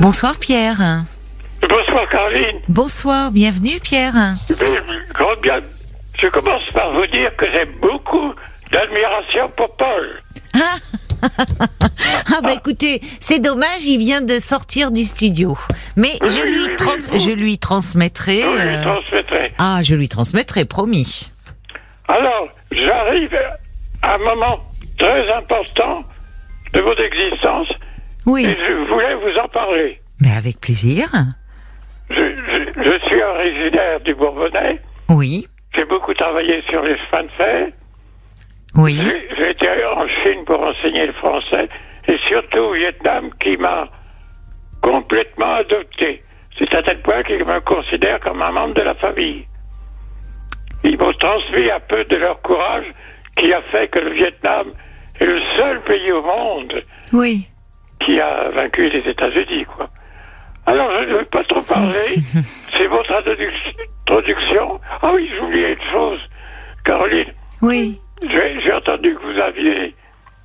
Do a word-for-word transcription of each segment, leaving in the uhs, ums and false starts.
Bonsoir Pierre. Bonsoir Caroline. Bonsoir, bienvenue Pierre. Grand bien. Je commence par vous dire que j'ai beaucoup d'admiration pour Paul. Ah, ah bah écoutez, c'est dommage, il vient de sortir du studio. Mais Oui, je lui, oui, trans- oui. je lui transmettrai. Je lui euh, transmettrai. Ah, je lui transmettrai, promis. Alors, j'arrive à un moment très important de votre existence Oui, et je voulais vous en parler. mais avec plaisir. Je, je, je suis originaire du Bourbonnais. Oui, J'ai beaucoup travaillé sur les chemins de fer. oui, J'ai j'ai été en Chine pour enseigner le français et surtout au Vietnam qui m'a complètement adopté. C'est à tel point qu'ils me considèrent comme un membre de la famille. Ils m'ont transmis un peu de leur courage qui a fait que le Vietnam est le seul pays au monde oui. qui a vaincu les États-Unis, quoi. Alors, je ne veux pas trop parler. C'est votre introduc- introduction. Ah oui, j'ai oublié une chose, Caroline. Oui, J'ai j'ai entendu que vous aviez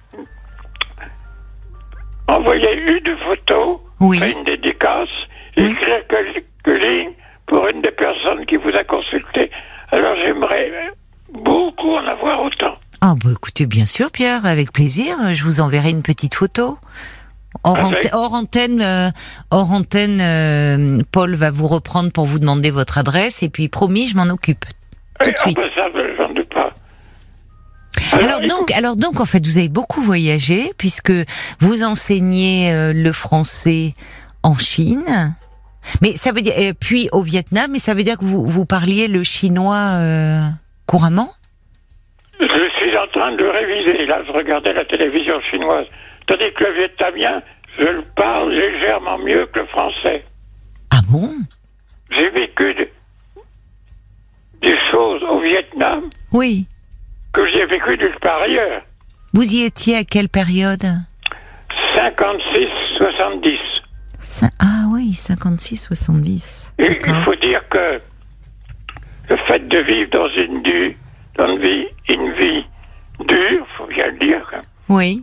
envoyé une photo, Oui. fait une dédicace, Oui. écrire que, que ligne pour une des personnes qui vous a consulté. Alors j'aimerais beaucoup en avoir autant. Ah bah écoutez, bien sûr Pierre, avec plaisir, je vous enverrai une petite photo. Hors, Avec- ante- hors antenne, euh, hors antenne euh, Paul va vous reprendre pour vous demander votre adresse et puis promis, je m'en occupe tout Et de suite. après ça, j'en doute pas. Alors donc, alors donc, en fait, vous avez beaucoup voyagé puisque vous enseignez euh, le français en Chine. Mais ça veut dire, euh, puis au Vietnam, mais ça veut dire que vous vous parliez le chinois euh, couramment? Je suis en train de le réviser. Là, je regardais la télévision chinoise. Tandis que le vietnamien, je le parle légèrement mieux que le français. Ah bon? J'ai vécu de- des choses au Vietnam Oui. que j'ai vécu nulle part ailleurs. Vous y étiez à quelle période? cinquante-six soixante-dix. Ça- Ah oui, cinquante-six soixante-dix. Et il D'accord. faut dire que le fait de vivre dans une, du, dans une vie, une vie dure, faut bien le dire. Oui.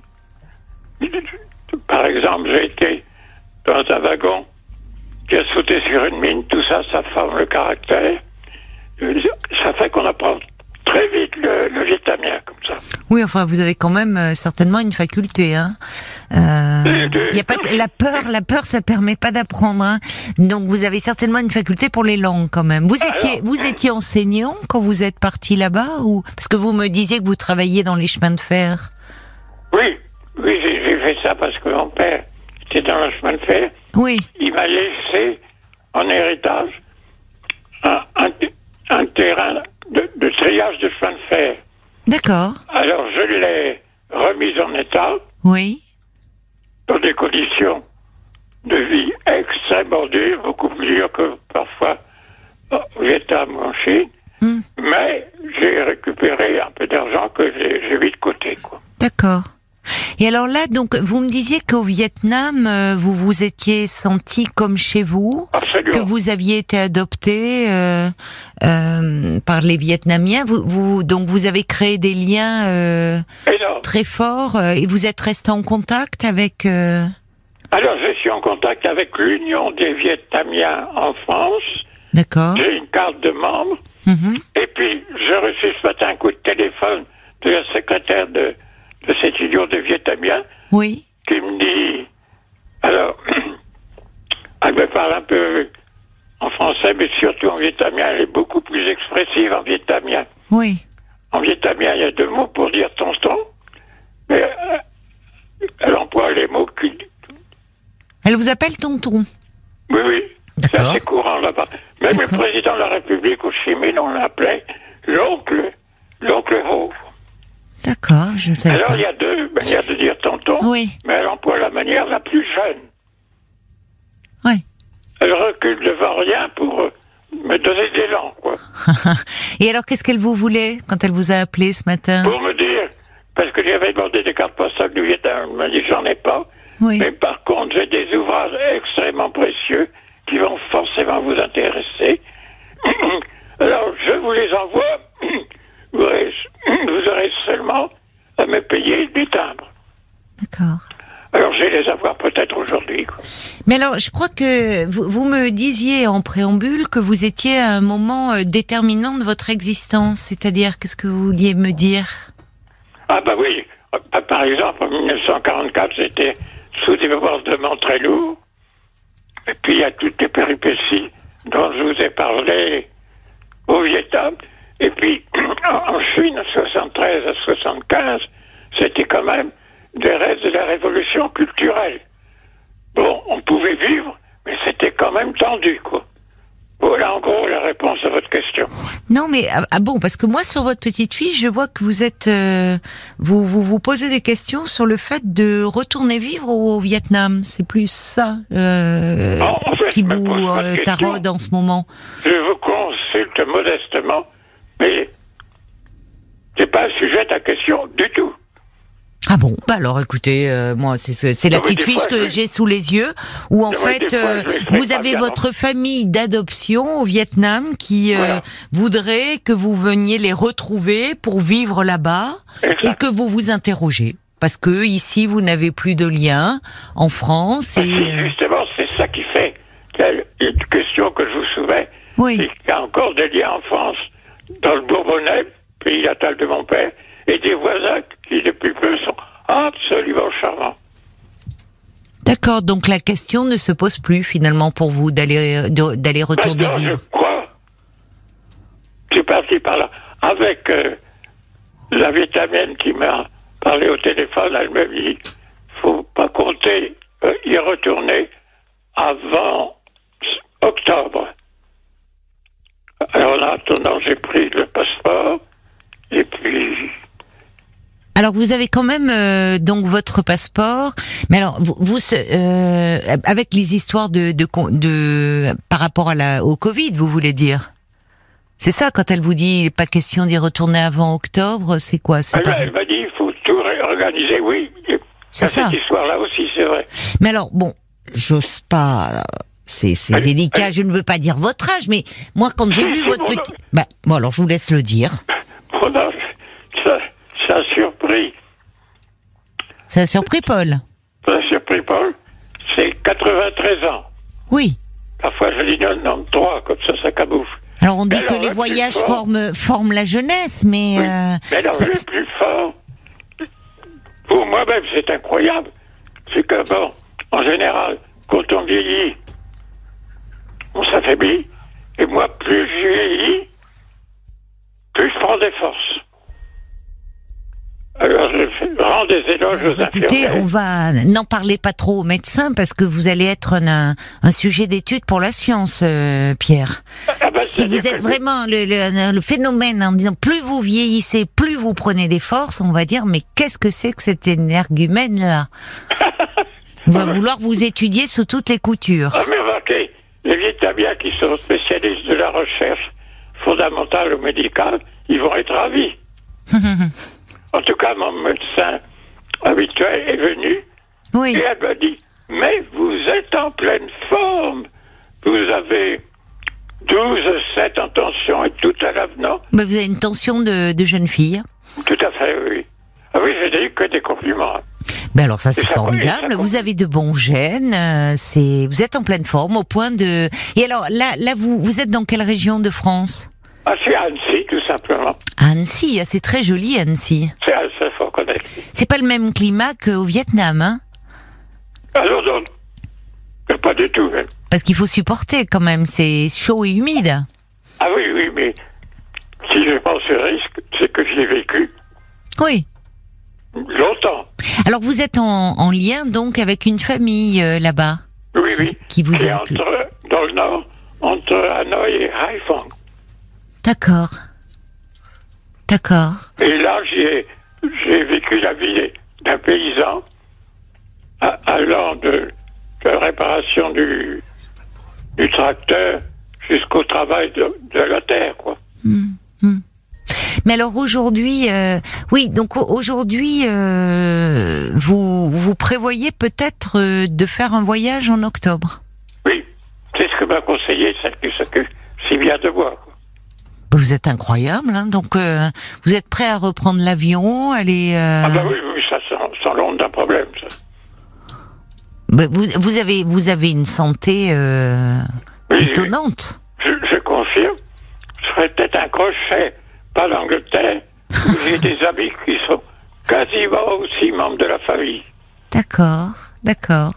Par exemple, j'ai été dans un wagon qui a sauté sur une mine, tout ça, ça forme le caractère. Ça fait qu'on apprend très vite le, le vietnamien, comme ça. Oui, enfin, vous avez quand même euh, certainement une faculté, hein. Euh, y a pas de- la peur, la peur, ça permet pas d'apprendre, hein. Donc, vous avez certainement une faculté pour les langues, quand même. Vous étiez, Alors, vous étiez enseignant quand vous êtes parti là-bas, ou parce que vous me disiez que vous travailliez dans les chemins de fer. Oui, oui, j'ai j'ai fait ça parce que mon père était dans le chemin de fer. Oui. Il m'a laissé en héritage un, un, un terrain de, de triage de chemin de fer. D'accord. Alors je l'ai remis en état Oui. dans des conditions de vie extrêmement dures, beaucoup plus dures que parfois au Vietnam ou en Chine. Hmm. Mais j'ai récupéré un peu d'argent que j'ai j'ai mis de côté, quoi. D'accord. Et alors là, donc, vous me disiez qu'au Vietnam, euh, vous vous étiez senti comme chez vous, Absolument. que vous aviez été adopté euh, euh, par les Vietnamiens. Vous, vous, donc, vous avez créé des liens euh, Énorme. très forts euh, et vous êtes resté en contact avec. Euh... Alors je suis en contact avec l'Union des Vietnamiens en France. D'accord. J'ai une carte de membre. Mhm. Et puis, j'ai reçu ce matin un coup de téléphone de la secrétaire de, de cette union des Vietnamiens Oui. qui me dit... Alors, elle me parle un peu en français, mais surtout en vietnamien. Elle est beaucoup plus expressive en vietnamien. Oui. En vietnamien, il y a deux mots pour dire tonton, mais euh, elle emploie les mots qui... Elle vous appelle tonton. Oui, oui, c'est D'accord. assez courant là-bas. Même le D'accord. président de la République au Chimine, on l'appelait l'oncle, l'oncle Ho. D'accord, je ne savais Alors, pas. il y a deux manières de dire tonton, Oui. mais elle emploie la manière la plus jeune. Ouais. Elle recule devant rien pour euh, me donner de l'élan, quoi. Et alors, qu'est-ce qu'elle vous voulait quand elle vous a appelé ce matin? Pour me dire, parce que j'avais demandé des cartes postales du Vietnam, elle m'a dit j'en ai pas. Oui. Mais par contre, j'ai des ouvrages extrêmement précieux qui vont forcément vous intéresser. Alors, je vous les envoie. Vous aurez, vous aurez seulement à me payer du timbre. D'accord. Alors, j'ai vais les avoir peut-être aujourd'hui, quoi. Mais alors, je crois que vous, vous me disiez en préambule que vous étiez à un moment euh, déterminant de votre existence. C'est-à-dire, qu'est-ce que vous vouliez me dire? Ah bah oui, par exemple, en mille neuf cent quarante-quatre, j'étais sous des bombardements très lourds. Et puis il y a toutes les péripéties dont je vous ai parlé au Vietnam. Et puis en Chine, soixante-treize à soixante-quinze, c'était quand même des restes de la révolution culturelle. Bon, on pouvait vivre, mais c'était quand même tendu, quoi. Voilà en gros la réponse à votre question. Non, mais ah, ah bon, parce que moi sur votre petite fiche, je vois que vous êtes, euh, vous, vous vous posez des questions sur le fait de retourner vivre au Vietnam. C'est plus ça euh, en, en fait, qui vous euh, taraude en ce moment. Je vous consulte modestement, mais c'est pas un sujet à question du tout. Ah bon, bah alors écoutez, euh, moi c'est c'est la non, petite fiche que j'ai sous les yeux où en non, fait euh, vous avez votre famille d'adoption au Vietnam qui euh, voilà. voudrait que vous veniez les retrouver pour vivre là-bas et que vous vous interrogez parce que ici vous n'avez plus de lien en France et euh... justement c'est ça qui fait qu'il y a une question que je vous soumets, oui. c'est qu'il y a encore des liens en France dans le Bourbonnais, pays natal de mon père, et des voisins qui, depuis peu, sont absolument charmants. D'accord, donc la question ne se pose plus, finalement, pour vous, d'aller de, d'aller retourner Maintenant, vivre. je crois, je suis parti par là, avec euh, la vietnamienne qui m'a parlé au téléphone, elle m'a dit, faut pas compter euh, y retourner avant octobre. Alors, en attendant, j'ai pris le passeport, et puis... Alors vous avez quand même euh, donc votre passeport, mais alors vous, vous euh, avec les histoires de, de de par rapport à la au Covid, vous voulez dire? C'est ça quand elle vous dit pas question d'y retourner avant octobre, c'est quoi? C'est elle, pas... elle m'a dit il faut tout réorganiser, oui. C'est ça. Cette histoire-là aussi, c'est vrai. Mais alors bon, j'ose pas. C'est c'est allez, délicat. allez. Je ne veux pas dire votre âge, mais moi quand j'ai Si, vu si, votre mon petit, bah bon alors je vous laisse le dire. Mon âge, ça, ça a surpris. Ça a surpris Paul. Ça a surpris Paul. C'est quatre-vingt-treize ans. Oui. Parfois je dis quatre-vingt-treize, comme ça, ça camoufle. Alors on dit alors, que les voyages fort, forment, forment la jeunesse, mais... Oui. Euh, mais alors ça, le plus fort, pour moi-même, c'est incroyable. C'est que, bon, en général, quand on vieillit, on s'affaiblit. Et moi, plus je vieillis, plus je prends des forces. Alors, je rends des éloges aux écoutez, infirmières. on va n'en parler pas trop aux médecins parce que vous allez être un, un sujet d'étude pour la science, euh, Pierre. Ah ben, Si vous êtes que... vraiment le, le, le phénomène en disant plus vous vieillissez, plus vous prenez des forces, on va dire mais qu'est-ce que c'est que cet énergumène-là? On va vouloir vous étudier sous toutes les coutures. Ah, mais remarquez, les Vietnamiens qui sont spécialistes de la recherche fondamentale ou médicale, ils vont être ravis. En tout cas, mon médecin habituel est venu oui. et elle m'a dit « Mais vous êtes en pleine forme. Vous avez douze, sept en tension et tout à l'avenant. » Ben, vous avez une tension de, de jeune fille. Tout à fait, oui. Ah oui, j'ai dit que des compliments. Ben alors ça c'est ça formidable. ça vous avez de bons gènes. Euh, c'est vous êtes en pleine forme au point de. Et alors là, là vous vous êtes dans quelle région de France? Ah, c'est Annecy, tout simplement. Annecy, ah, c'est très joli Annecy. C'est assez fort connaître. C'est pas le même climat qu'au Vietnam, hein? Alors non, pas du tout même. Parce qu'il faut supporter quand même. C'est chaud et humide. Ah oui, oui, mais si je pense au risque, c'est que j'y ai vécu. Oui. Longtemps. Alors vous êtes en, en lien donc avec une famille euh, là-bas. Oui, oui. Qui vous c'est a... entre, dans le nord, entre Hanoï et Haiphong. D'accord. D'accord. Et là, j'ai, j'ai vécu la vie d'un paysan à, allant de, de la réparation du, du tracteur jusqu'au travail de, de la terre, quoi. Mmh, mmh. Mais alors aujourd'hui, euh, oui, donc aujourd'hui, euh, vous vous prévoyez peut-être euh, de faire un voyage en octobre. Oui, c'est ce que m'a conseillé celle qui s'occupe si bien de moi, quoi. Vous êtes incroyable, hein, donc euh, vous êtes prêt à reprendre l'avion, aller... Euh... Ah ben oui, oui, ça sans, sans l'ombre d'un problème, ça. Bah, vous, vous avez, vous avez une santé euh, Oui, étonnante. Je, je confirme. Je ferais peut-être un crochet par l'Angleterre, où j'ai des amis qui sont quasiment aussi membres de la famille. D'accord, d'accord.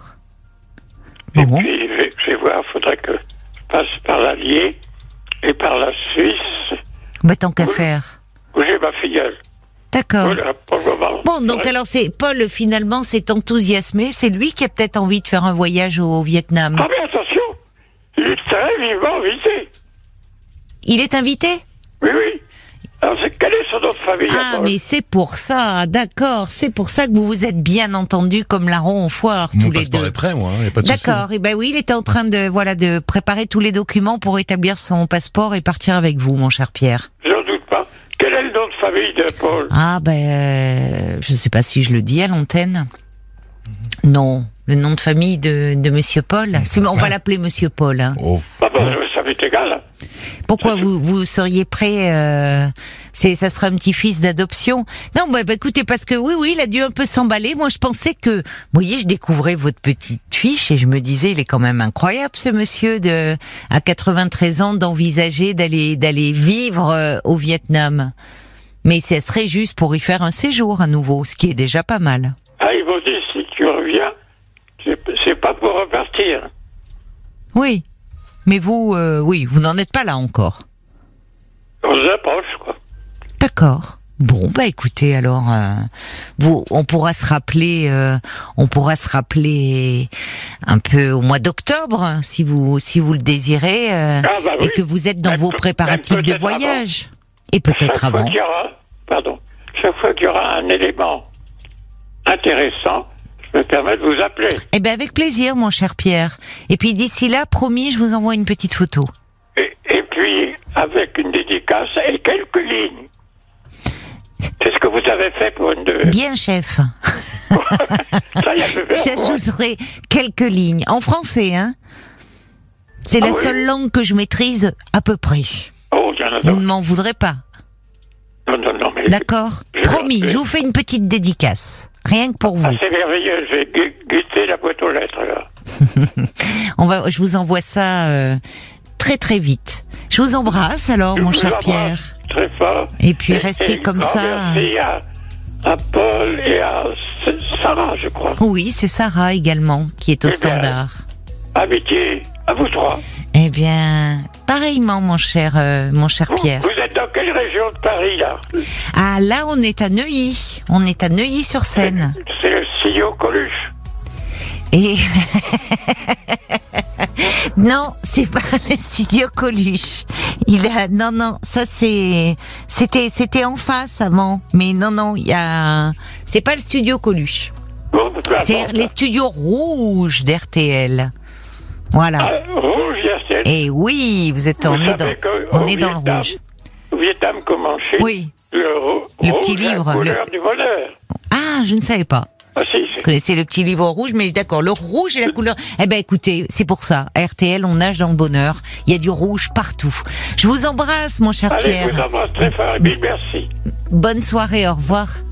Et Bon. puis, je vais, je vais voir, il faudrait que je passe par l'Allier et par la Suisse, Bah, tant qu'à Oui. faire. où j'ai ma filleule. D'accord. Voilà, pour le moment. Bon, donc Ouais. alors c'est Paul finalement s'est enthousiasmé. C'est lui qui a peut-être envie de faire un voyage au Vietnam. Ah, mais attention, il est très vivement invité. Il est invité? Oui, oui. Alors, c'est, quel est son nom de famille à Ah, Paul? mais c'est pour ça, d'accord. C'est pour ça que vous vous êtes bien entendus comme larron au foire, Mon tous les passeport deux. est prêt, moi, il n'y a pas de souci. D'accord. Et ben oui, il était en train de voilà de préparer tous les documents pour établir son passeport et partir avec vous, mon cher Pierre. J'en doute pas. Quel est le nom de famille de Paul? Ah ben, euh, je sais pas si je le dis à l'antenne. Non, le nom de famille de, de Monsieur Paul. C'est, on va l'appeler Monsieur Paul. Hein. Oh. Ah bon, ça m'est égal. Hein. Pourquoi vous vous seriez prêt euh, C'est, ça sera un petit-fils d'adoption. Non, bah, bah, écoutez, parce que oui, oui, il a dû un peu s'emballer. Moi, je pensais que, vous voyez, je découvrais votre petite fiche et je me disais, il est quand même incroyable, ce monsieur de à quatre-vingt-treize ans d'envisager d'aller d'aller vivre euh, au Vietnam. Mais ça serait juste pour y faire un séjour à nouveau, ce qui est déjà pas mal. Ah, ils m'ont dit, si tu reviens, c'est, c'est pas pour repartir. Oui, mais vous, euh, oui, vous n'en êtes pas là encore. On s'approche, quoi. D'accord. Bon, bah écoutez, alors, euh, vous, on pourra se rappeler, euh, on pourra se rappeler un peu au mois d'octobre, hein, si vous, si vous le désirez, euh, Ah, bah oui. et que vous êtes dans Même vos peut- préparatifs même de peut-être voyage, et Chaque peut-être fois avant. qu'il y aura, pardon, chaque fois qu'il y aura un élément intéressant, je me permets de vous appeler. Eh ben avec plaisir, mon cher Pierre. Et puis d'ici là, promis, je vous envoie une petite photo. Et, et puis, avec une dédicace et quelques lignes. C'est ce que vous avez fait pour une de... Bien, chef. Ça y est, je vais faire, quoi. J'ajouterai quelques lignes en français, hein. C'est Ah la oui. seule langue que je maîtrise à peu près. Oh, il y en a Vous d'autres. ne m'en voudrez pas. Non, non, non, mais... D'accord. Je- Promis, je- je vous fais une petite dédicace. Rien que pour vous. Ah, c'est merveilleux, je vais gu- guetter la boîte aux lettres, là. On va, je vous envoie ça euh, très très vite. Je vous embrasse alors, Je mon vous cher embrasse Pierre. très fort. Et puis Et- restez et comme grand ça. Merci à, à Paul et à S- Sarah, je crois. Oui, c'est Sarah également qui est au Eh bien, standard. Amitié à vous trois. Eh bien, pareillement, mon cher, euh, mon cher Vous, Pierre. vous êtes dans quelle région de Paris, là? Ah, là, on est à Neuilly. On est à Neuilly-sur-Seine. C'est le studio Coluche. Et non, c'est pas le studio Coluche. Il a non non, ça c'est c'était c'était en face avant, mais non non, il y a c'est pas le studio Coluche. Bon, peu importe. C'est les studios rouges d'R T L. Voilà. Ah, rouge, il y a celle- Et oui, vous êtes Vous on est dans savez que on au est dans le Vietnam- rouge. Au Vietnam, comme en Chine, Oui. le, ro- Le rouge petit est la livre, couleur du bonheur. Ah, je ne savais pas. Ah si, Vous c'est... connaissez le petit livre rouge, mais d'accord, le rouge et la couleur. Eh ben écoutez, c'est pour ça. À R T L, on nage dans le bonheur. Il y a du rouge partout. Je vous embrasse, mon cher Allez, je vous Pierre. embrasse très fort et mille merci. Bonne soirée, au revoir.